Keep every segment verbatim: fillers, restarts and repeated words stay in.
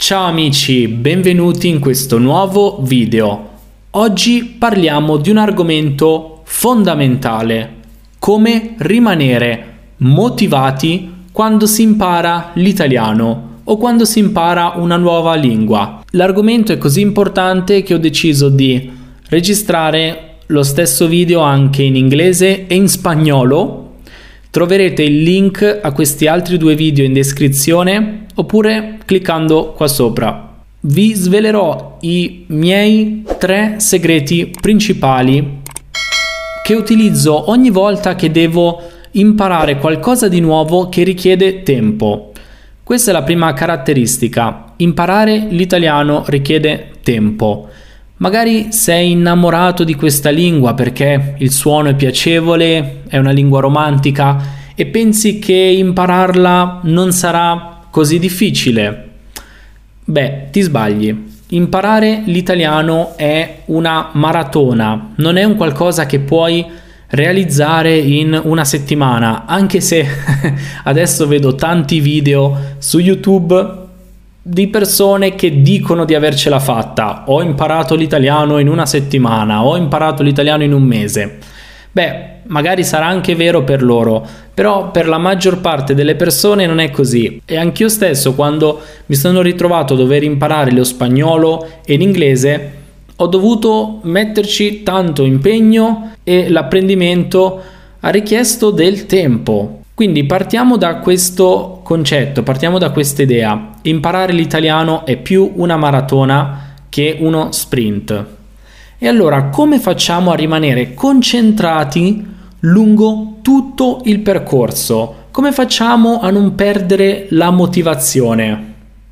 Ciao amici, benvenuti in questo nuovo video. Oggi parliamo di un argomento fondamentale: come rimanere motivati quando si impara l'italiano o quando si impara una nuova lingua. L'argomento è così importante che ho deciso di registrare lo stesso video anche in inglese e in spagnolo. Troverete il link a questi altri due video in descrizione oppure cliccando qua sopra. Vi svelerò i miei tre segreti principali che utilizzo ogni volta che devo imparare qualcosa di nuovo che richiede tempo. Questa è la prima caratteristica: imparare l'italiano richiede tempo. Magari sei innamorato di questa lingua perché il suono è piacevole, è una lingua romantica e pensi che impararla non sarà così difficile. Beh, ti sbagli. Imparare l'italiano è una maratona, non è un qualcosa che puoi realizzare in una settimana, anche se adesso vedo tanti video su YouTube di persone che dicono di avercela fatta. Ho imparato l'italiano in una settimana, ho imparato l'italiano in un mese. Beh, magari sarà anche vero per loro, però per la maggior parte delle persone non è così. E anch'io stesso, quando mi sono ritrovato a dover imparare lo spagnolo e l'inglese, ho dovuto metterci tanto impegno e l'apprendimento ha richiesto del tempo. Quindi partiamo da questo concetto, partiamo da questa idea: imparare l'italiano è più una maratona che uno sprint. E allora, come facciamo a rimanere concentrati lungo tutto il percorso? Come facciamo a non perdere la motivazione?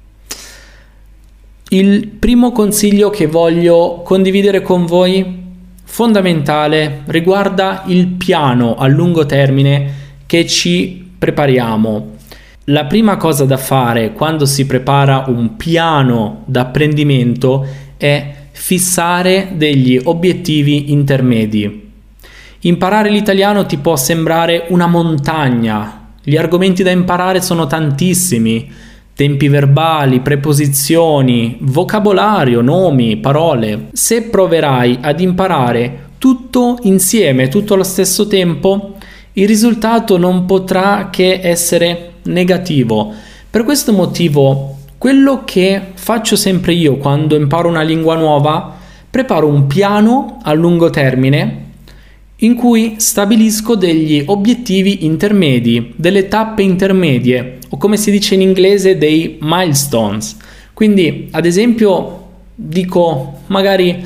Il primo consiglio che voglio condividere con voi, fondamentale, riguarda il piano a lungo termine che ci prepariamo. La prima cosa da fare quando si prepara un piano d'apprendimento è fissare degli obiettivi intermedi. Imparare l'italiano ti può sembrare una montagna. Gli argomenti da imparare sono tantissimi: tempi verbali, preposizioni, vocabolario, nomi, parole. Se proverai ad imparare tutto insieme, tutto allo stesso tempo, il risultato non potrà che essere negativo. Per questo motivo, quello che faccio sempre io quando imparo una lingua nuova, preparo un piano a lungo termine in cui stabilisco degli obiettivi intermedi, delle tappe intermedie, o come si dice in inglese dei milestones. Quindi, ad esempio, dico magari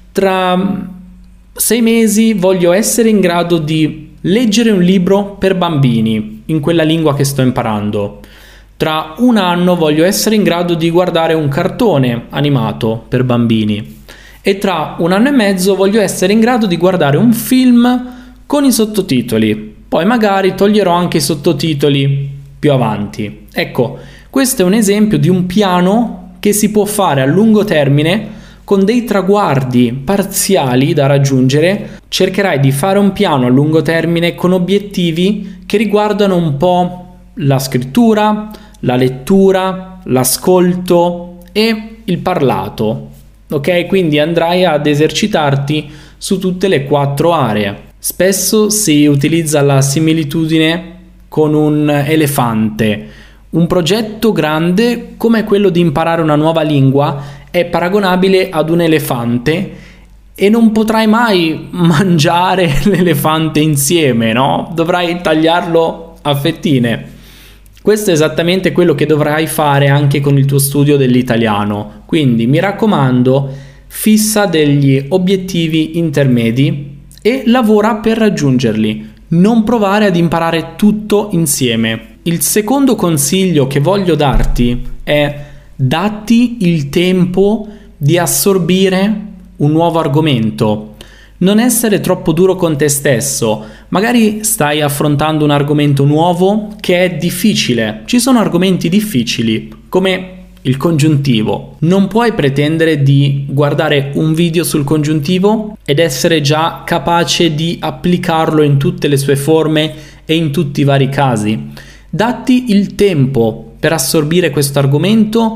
tra sei mesi voglio essere in grado di leggere un libro per bambini in quella lingua che sto imparando. Tra un anno voglio essere in grado di guardare un cartone animato per bambini. E tra un anno e mezzo voglio essere in grado di guardare un film con i sottotitoli. Poi magari toglierò anche i sottotitoli più avanti. Ecco, questo è un esempio di un piano che si può fare a lungo termine con dei traguardi parziali da raggiungere. Cercherai di fare un piano a lungo termine con obiettivi che riguardano un po' la scrittura, la lettura, l'ascolto e il parlato. Ok? Quindi andrai ad esercitarti su tutte le quattro aree. Spesso si utilizza la similitudine con un elefante. Un progetto grande come quello di imparare una nuova lingua è paragonabile ad un elefante e non potrai mai mangiare l'elefante insieme, no? Dovrai tagliarlo a fettine. Questo è esattamente quello che dovrai fare anche con il tuo studio dell'italiano. Quindi mi raccomando, fissa degli obiettivi intermedi e lavora per raggiungerli. Non provare ad imparare tutto insieme. Il secondo consiglio che voglio darti è: datti il tempo di assorbire un nuovo argomento. Non essere troppo duro con te stesso. Magari stai affrontando un argomento nuovo che è difficile. Ci sono argomenti difficili, come il congiuntivo. Non puoi pretendere di guardare un video sul congiuntivo ed essere già capace di applicarlo in tutte le sue forme e in tutti i vari casi. Datti il tempo per assorbire questo argomento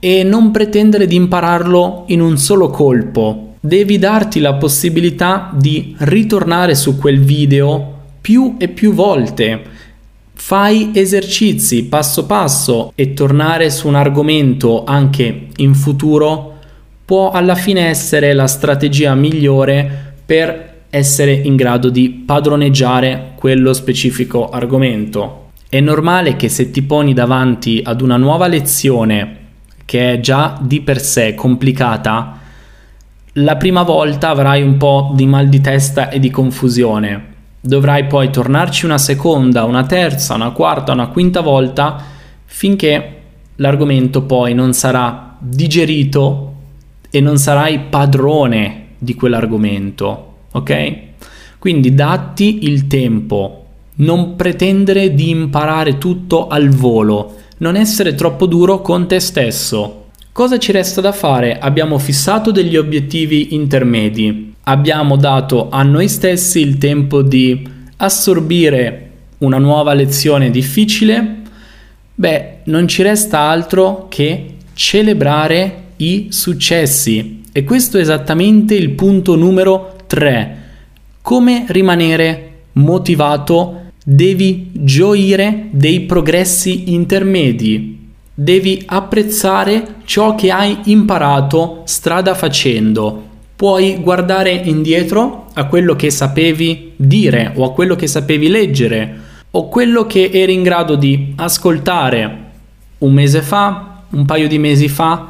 e non pretendere di impararlo in un solo colpo. Devi darti la possibilità di ritornare su quel video più e più volte. Fai esercizi passo passo e tornare su un argomento anche in futuro può alla fine essere la strategia migliore per essere in grado di padroneggiare quello specifico argomento. È normale che se ti poni davanti ad una nuova lezione che è già di per sé complicata, la prima volta avrai un po' di mal di testa e di confusione. Dovrai poi tornarci una seconda, una terza, una quarta, una quinta volta finché l'argomento poi non sarà digerito e non sarai padrone di quell'argomento, ok? Quindi datti il tempo, non pretendere di imparare tutto al volo, non essere troppo duro con te stesso. Cosa ci resta da fare? Abbiamo fissato degli obiettivi intermedi, abbiamo dato a noi stessi il tempo di assorbire una nuova lezione difficile. Beh, non ci resta altro che celebrare i successi. E questo è esattamente il punto numero tre. Come rimanere motivato? Devi gioire dei progressi intermedi. Devi apprezzare ciò che hai imparato strada facendo. Puoi guardare indietro a quello che sapevi dire o a quello che sapevi leggere o quello che eri in grado di ascoltare un mese fa, un paio di mesi fa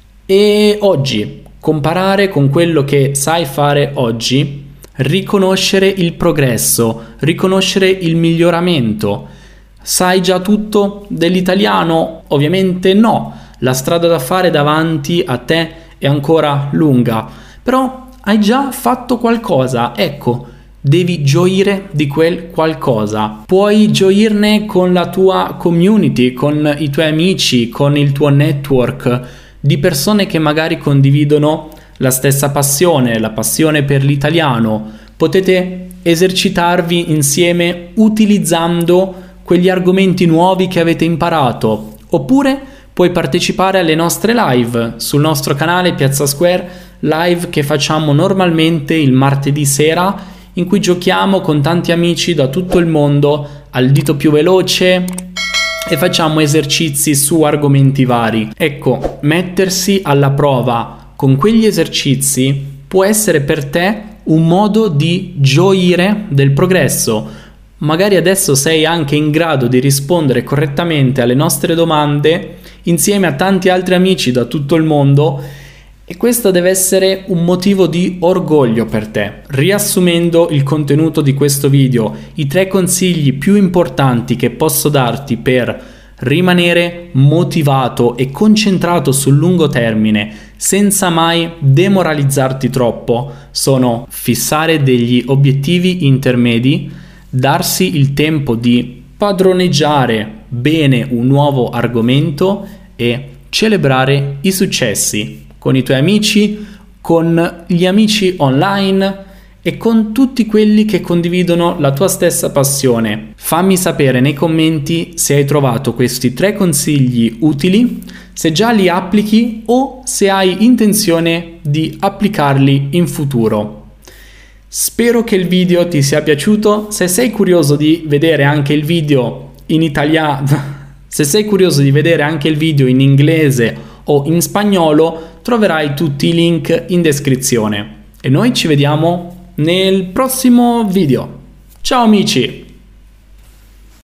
e oggi. Comparare con quello che sai fare oggi, riconoscere il progresso, riconoscere il miglioramento. Sai già tutto dell'italiano? Ovviamente no, la strada da fare davanti a te è ancora lunga, però hai già fatto qualcosa, ecco, devi gioire di quel qualcosa. Puoi gioirne con la tua community, con i tuoi amici, con il tuo network di persone che magari condividono la stessa passione, la passione per l'italiano. Potete esercitarvi insieme utilizzando quegli argomenti nuovi che avete imparato, oppure puoi partecipare alle nostre live sul nostro canale Piazza Square, live che facciamo normalmente il martedì sera, in cui giochiamo con tanti amici da tutto il mondo al dito più veloce e facciamo esercizi su argomenti vari. Ecco, mettersi alla prova con quegli esercizi può essere per te un modo di gioire del progresso. Magari adesso sei anche in grado di rispondere correttamente alle nostre domande insieme a tanti altri amici da tutto il mondo e questo deve essere un motivo di orgoglio per te. Riassumendo il contenuto di questo video, i tre consigli più importanti che posso darti per rimanere motivato e concentrato sul lungo termine senza mai demoralizzarti troppo sono fissare degli obiettivi intermedi, darsi il tempo di padroneggiare bene un nuovo argomento e celebrare i successi con i tuoi amici, con gli amici online e con tutti quelli che condividono la tua stessa passione. Fammi sapere nei commenti se hai trovato questi tre consigli utili, se già li applichi o se hai intenzione di applicarli in futuro. Spero che il video ti sia piaciuto. Se sei curioso di vedere anche il video in italiano, se sei curioso di vedere anche il video in inglese o in spagnolo, troverai tutti i link in descrizione. E noi ci vediamo nel prossimo video. Ciao amici!